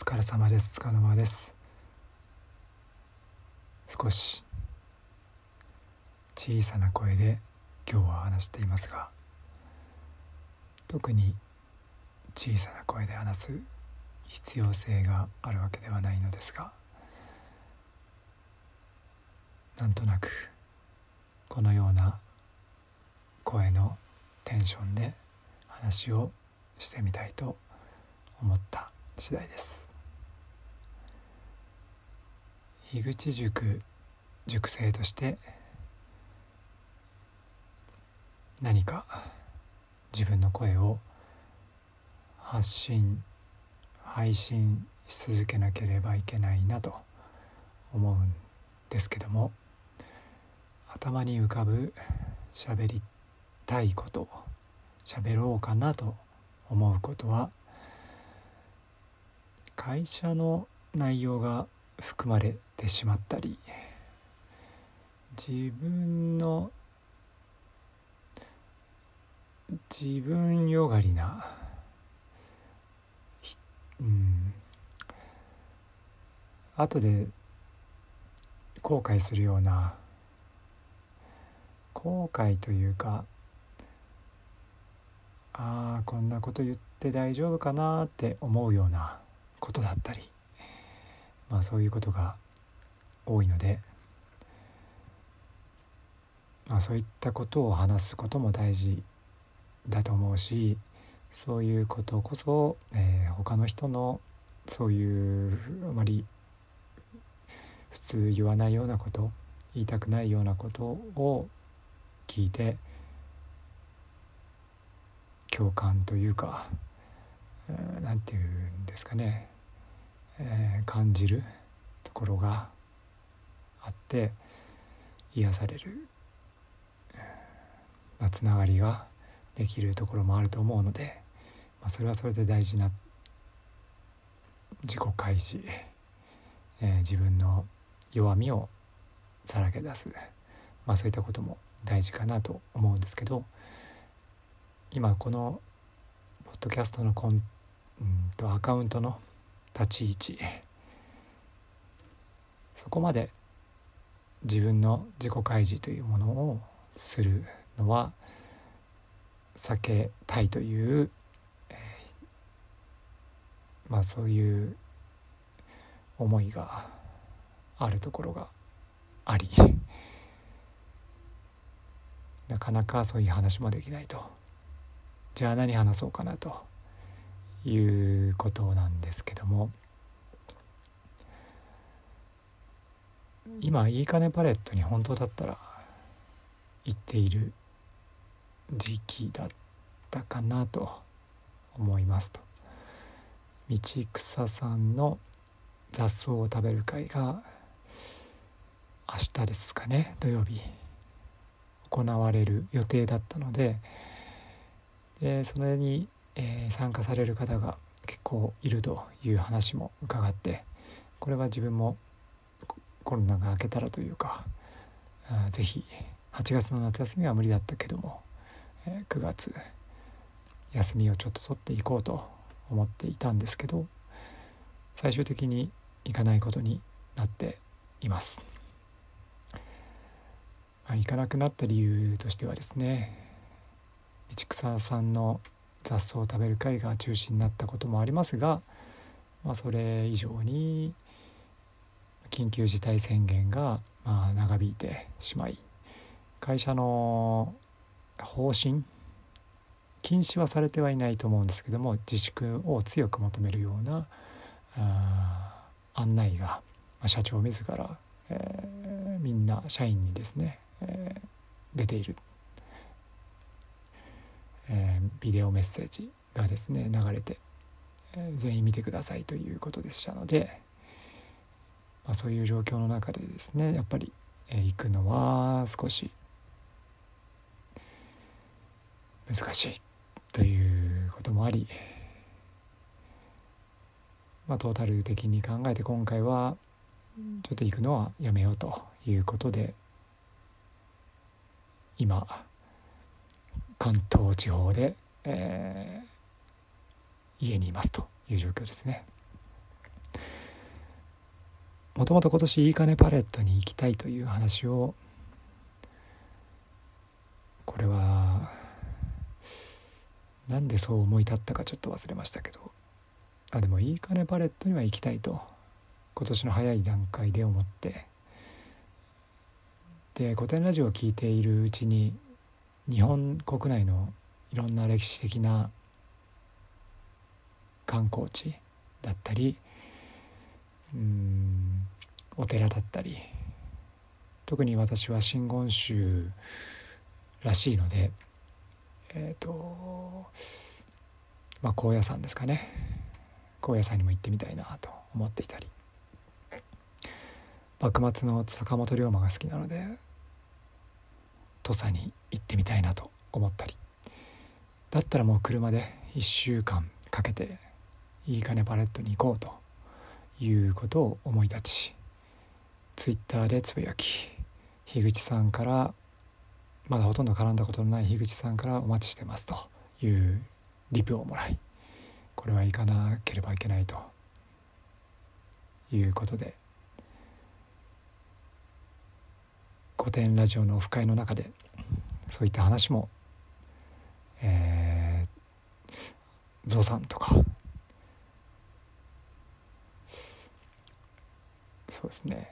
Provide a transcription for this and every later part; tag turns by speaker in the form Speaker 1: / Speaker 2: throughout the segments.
Speaker 1: 疲れ様です。鹿沼です。少し小さな声で今日は話していますが、特に小さな声で話す必要性があるわけではないのですが、なんとなくこのような声のテンションで話をしてみたいと思った次第です。樋口塾生として何か自分の声を配信し続けなければいけないなと思うんですけども、頭に浮かぶ喋りたいことを喋ろうかなと思うことは、会社の内容が含まれてしまったり、自分よがりな、後で後悔するような、後悔というか、こんなこと言って大丈夫かなって思うようなことだったり、そういうことが多いので、そういったことを話すことも大事だと思うし、そういうことこそ、他の人のそういうあまり普通言わないようなこと、言いたくないようなことを聞いて共感というか、なんていうんですかね、感じるところがあって癒される、つながりができるところもあると思うので、それはそれで大事な自己開示、自分の弱みをさらけ出す、そういったことも大事かなと思うんですけど、今このポッドキャストのアカウントの立ち位置、そこまで自分の自己開示というものをするのは避けたいという、そういう思いがあるところがあり、なかなかそういう話もできないと。じゃあ何話そうかなということなんですけども、今いいかねパレットに本当だったら行っている時期だったかなと思いますと。道草さんの雑草を食べる会が明日ですかね、土曜日行われる予定だったので、それに、参加される方が結構いるという話も伺って、これは自分もコロナが明けたらというか、ぜひ8月の夏休みは無理だったけども、9月休みをちょっと取っていこうと思っていたんですけど、最終的に行かないことになっています。行かなくなった理由としてはですね、道草さんの雑草を食べる会が中止になったこともありますが、それ以上に緊急事態宣言が長引いてしまい、会社の方針、禁止はされてはいないと思うんですけども、自粛を強く求めるような案内が、社長自ら、みんな社員にですね、出ている、ビデオメッセージがですね流れて、全員見てくださいということでしたので、そういう状況の中でですね、やっぱり、行くのは少し難しいということもあり、トータル的に考えて今回はちょっと行くのはやめようということで、今関東地方で、家にいますという状況ですね。 もともと今年いいかねパレットに行きたいという話を、これはなんでそう思い立ったかちょっと忘れましたけど、でもいいかねパレットには行きたいと今年の早い段階で思って、で古典ラジオを聞いているうちに日本国内のいろんな歴史的な観光地だったり、お寺だったり、特に私は真言宗らしいので、高野山ですかね、高野山にも行ってみたいなと思っていたり、幕末の坂本龍馬が好きなので土佐に行ってみたいなと思ったり、だったらもう車で1週間かけていいかねパレットに行こうということを思い立ち、ツイッターでつぶやき、樋口さんから、まだほとんど絡んだことのない樋口さんからお待ちしてますというリプをもらい、これは行かなければいけないということで、古典ラジオのオフ会の中でそういった話も、ゾウさんとか、そうですね、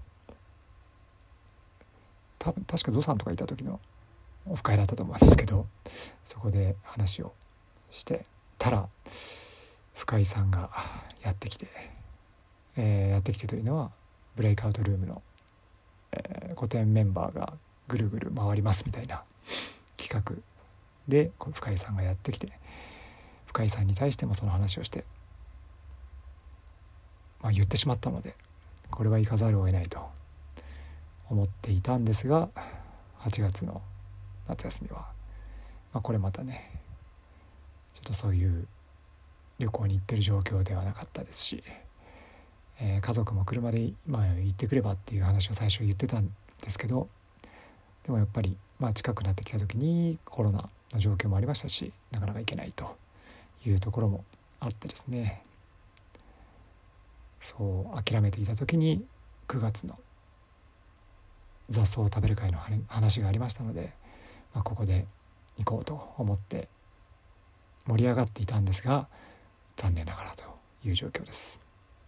Speaker 1: 確かゾウさんとかいた時のオフ会だったと思うんですけど、そこで話をしてたら深井さんがやってきて、やってきてというのはブレイクアウトルームの、古典メンバーがぐるぐる回りますみたいな企画で深井さんがやってきて、深井さんに対してもその話をして、言ってしまったので、これは行かざるを得ないと思っていたんですが、8月の夏休みは、これまたねちょっとそういう旅行に行ってる状況ではなかったですし、家族も車で今行ってくればっていう話を最初言ってたんですけど、でもやっぱり近くなってきた時にコロナの状況もありましたし、なかなか行けないというところもあってですね、そう諦めていた時に9月の雑草を食べる会の話がありましたので、ここで行こうと思って盛り上がっていたんですが、残念ながらという状況です。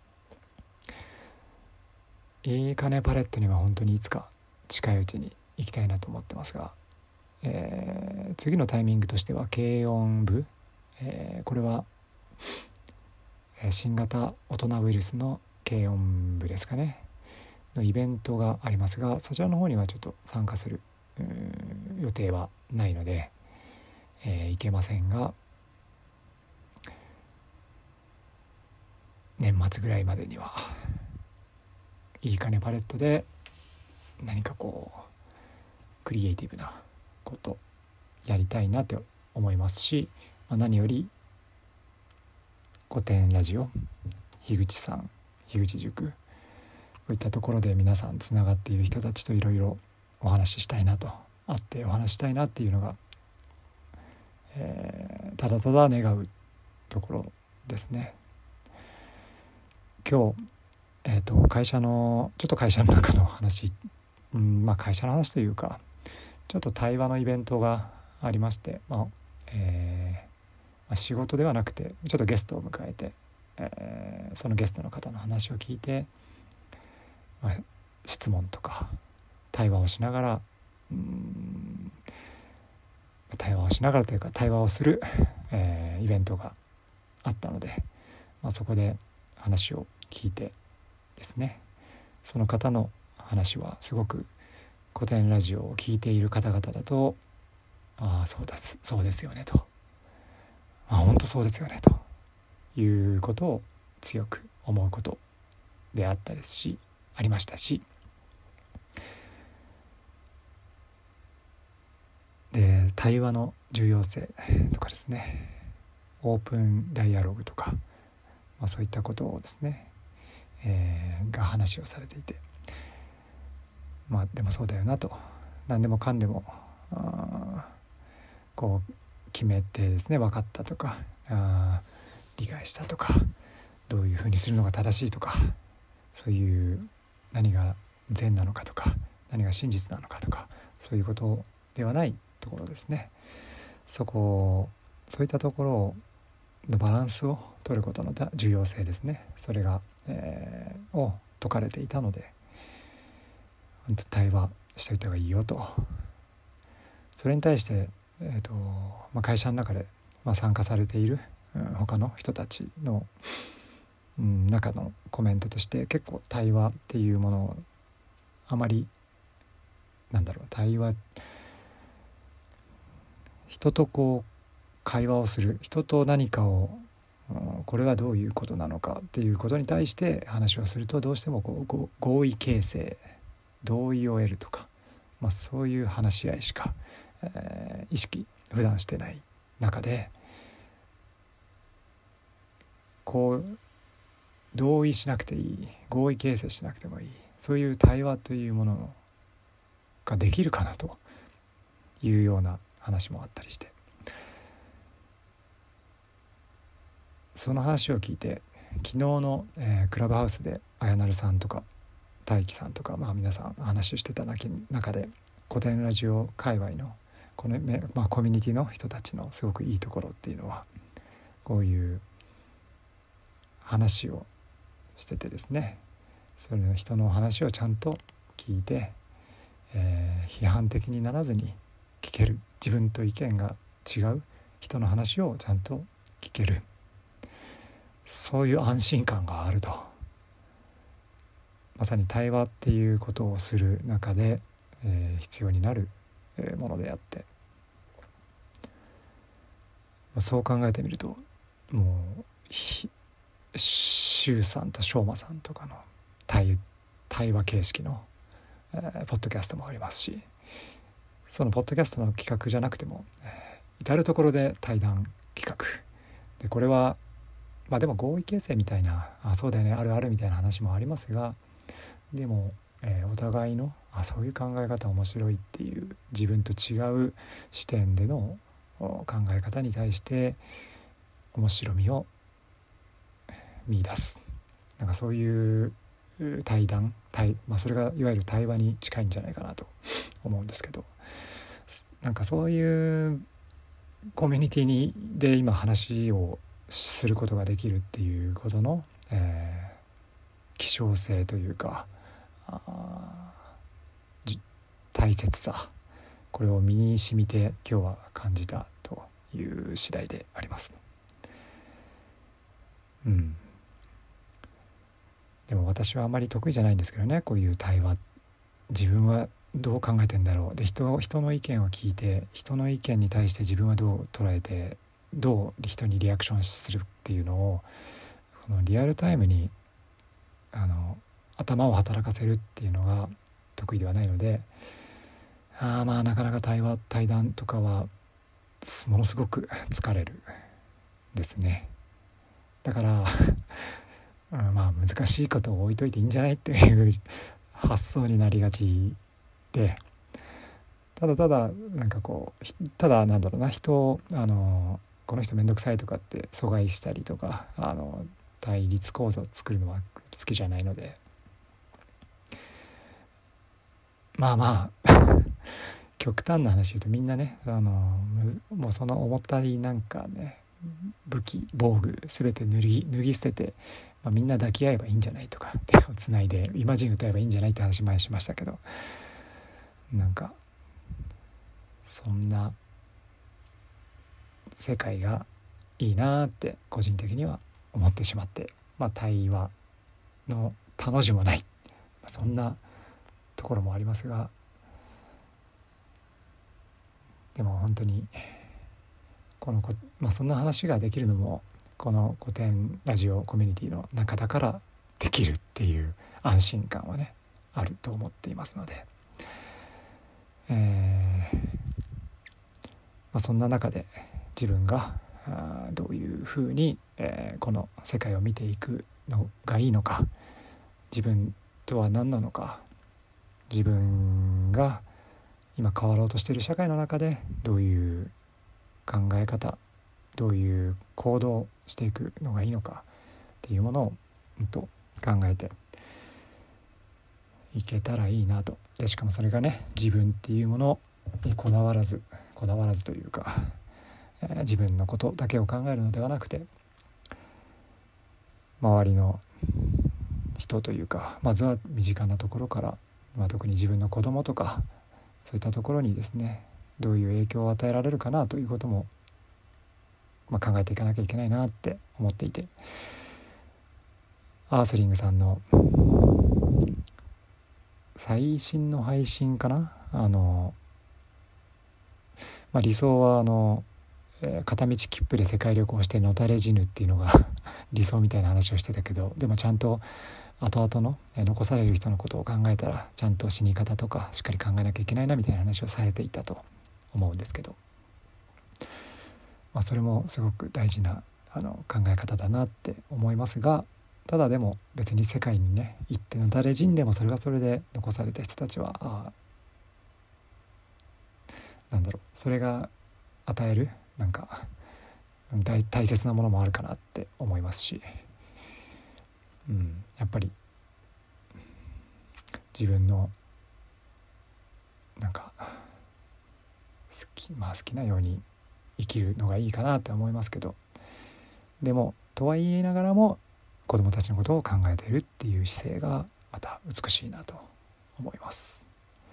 Speaker 1: いいかねパレットには本当にいつか近いうちに行きたいなと思ってますが、次のタイミングとしては軽音部、これは新型大人ウイルスの軽音部ですかねのイベントがありますが、そちらの方にはちょっと参加する予定はないので、行けませんが、年末ぐらいまでにはいいかねパレットで何かクリエイティブなことやりたいなって思いますし、何より古典ラジオ、樋口さん、樋口塾、こういったところで皆さんつながっている人たちといろいろお話ししたいなと、会ってお話したいなっていうのが、ただただ願うところですね。今日、会社の中の話、会社の話というかちょっと対話のイベントがありまして、仕事ではなくてちょっとゲストを迎えて、そのゲストの方の話を聞いて、質問とか対話をしながらというか対話をする、イベントがあったので、そこで話を聞いてですね、その方の話はすごく古典ラジオを聞いている方々だと、そうですよねと、本当そうですよねということを強く思うことであったですし、ありましたし、で対話の重要性とかですね、オープンダイアログとか、そういったことをですね、が話をされていて、でもそうだよなと、何でもかんでも決めてですね、分かったとか理解したとか、どういうふうにするのが正しいとか、 そういう何が善なのかとか何が真実なのかとかそういうことではないところですね。そういったところのバランスを取ることの重要性ですね。それが、を説かれていたので対話しておいた方がいいよと。それに対して、会社の中で、参加されている、他の人たちの、中のコメントとして結構対話っていうものをあまり対話人と会話をする人と何かをこれはどういうことなのかっていうことに対して話をするとどうしても合意形成同意を得るとか、そういう話し合いしか、意識普段してない中で同意しなくていい合意形成しなくてもいいそういう対話というものができるかなというような話もあったりして、その話を聞いて昨日の、クラブハウスであやなるさんとか大輝さんとか、皆さん話をしてた中で古典ラジオ界隈のコミュニティの人たちのすごくいいところっていうのはこういう話をしててですね、それの人の話をちゃんと聞いて、批判的にならずに聞ける、自分と意見が違う人の話をちゃんと聞ける、そういう安心感があると。まさに対話っていうことをする中で、必要になるものであって、そう考えてみるともう周さんと翔馬さんとかの対話形式の、ポッドキャストもありますし、そのポッドキャストの企画じゃなくても、至るところで対談企画で、これはでも合意形成みたいなそうだよねあるあるみたいな話もありますが、でも、お互いのそういう考え方面白いっていう自分と違う視点での考え方に対して面白みを見出す、そういう対談それがいわゆる対話に近いんじゃないかなと思うんですけど、そういうコミュニティで今話をすることができるっていうことの、希少性というか大切さ、これを身に染みて今日は感じたという次第であります。でも私はあまり得意じゃないんですけどね、こういう対話、自分はどう考えてんだろうで人の意見を聞いて人の意見に対して自分はどう捉えてどう人にリアクションするっていうのをこのリアルタイムに頭を働かせるっていうのが得意ではないので、なかなか対談とかはものすごく疲れるですね。だから難しいことを置いといていいんじゃないっていう発想になりがちで、ただ人をこの人めんどくさいとかって阻害したりとか対立構造を作るのは好きじゃないので、極端な話言うとみんなねもうその重たい武器防具全て脱ぎ捨てて、みんな抱き合えばいいんじゃないとか手をつないでイマジン歌えばいいんじゃないって話前しましたけど、そんな世界がいいなって個人的には思ってしまって、対話の楽しもない、そんなところもありますが、でも本当にそんな話ができるのもこの古典ラジオコミュニティの中だからできるっていう安心感はねあると思っていますので、そんな中で自分がどういうふうに、この世界を見ていくのがいいのか、自分とは何なのか、自分が今変わろうとしている社会の中でどういう考え方、どういう行動をしていくのがいいのかっていうものを考えていけたらいいなと。でしかもそれがね、自分っていうものにこだわらずというか、自分のことだけを考えるのではなくて、周りの人というか、まずは身近なところから、特に自分の子供とかそういったところにですね、どういう影響を与えられるかなということも、考えていかなきゃいけないなって思っていて、アースリングさんの最新の配信かな、理想は片道切符で世界旅行してのたれ死ぬっていうのが理想みたいな話をしてたけど、でもちゃんと後々の残される人のことを考えたら、ちゃんと死に方とかしっかり考えなきゃいけないなみたいな話をされていたと思うんですけど、それもすごく大事な考え方だなって思いますが、ただでも別に世界にね行ってのたれ死んでも、それはそれで残された人たちはそれが与える大切なものもあるかなって思いますし、やっぱり自分の好きなように生きるのがいいかなって思いますけど、でもとは言いながらも子どもたちのことを考えているっていう姿勢がまた美しいなと思います。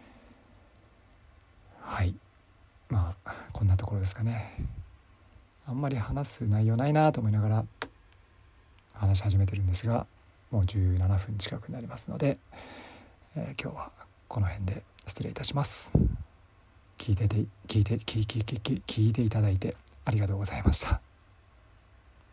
Speaker 1: はい、こんなところですかね。あんまり話す内容ないなと思いながら話し始めてるんですが、もう17分近くなりますので、今日はこの辺で失礼いたします。聞いていただいてありがとうございました。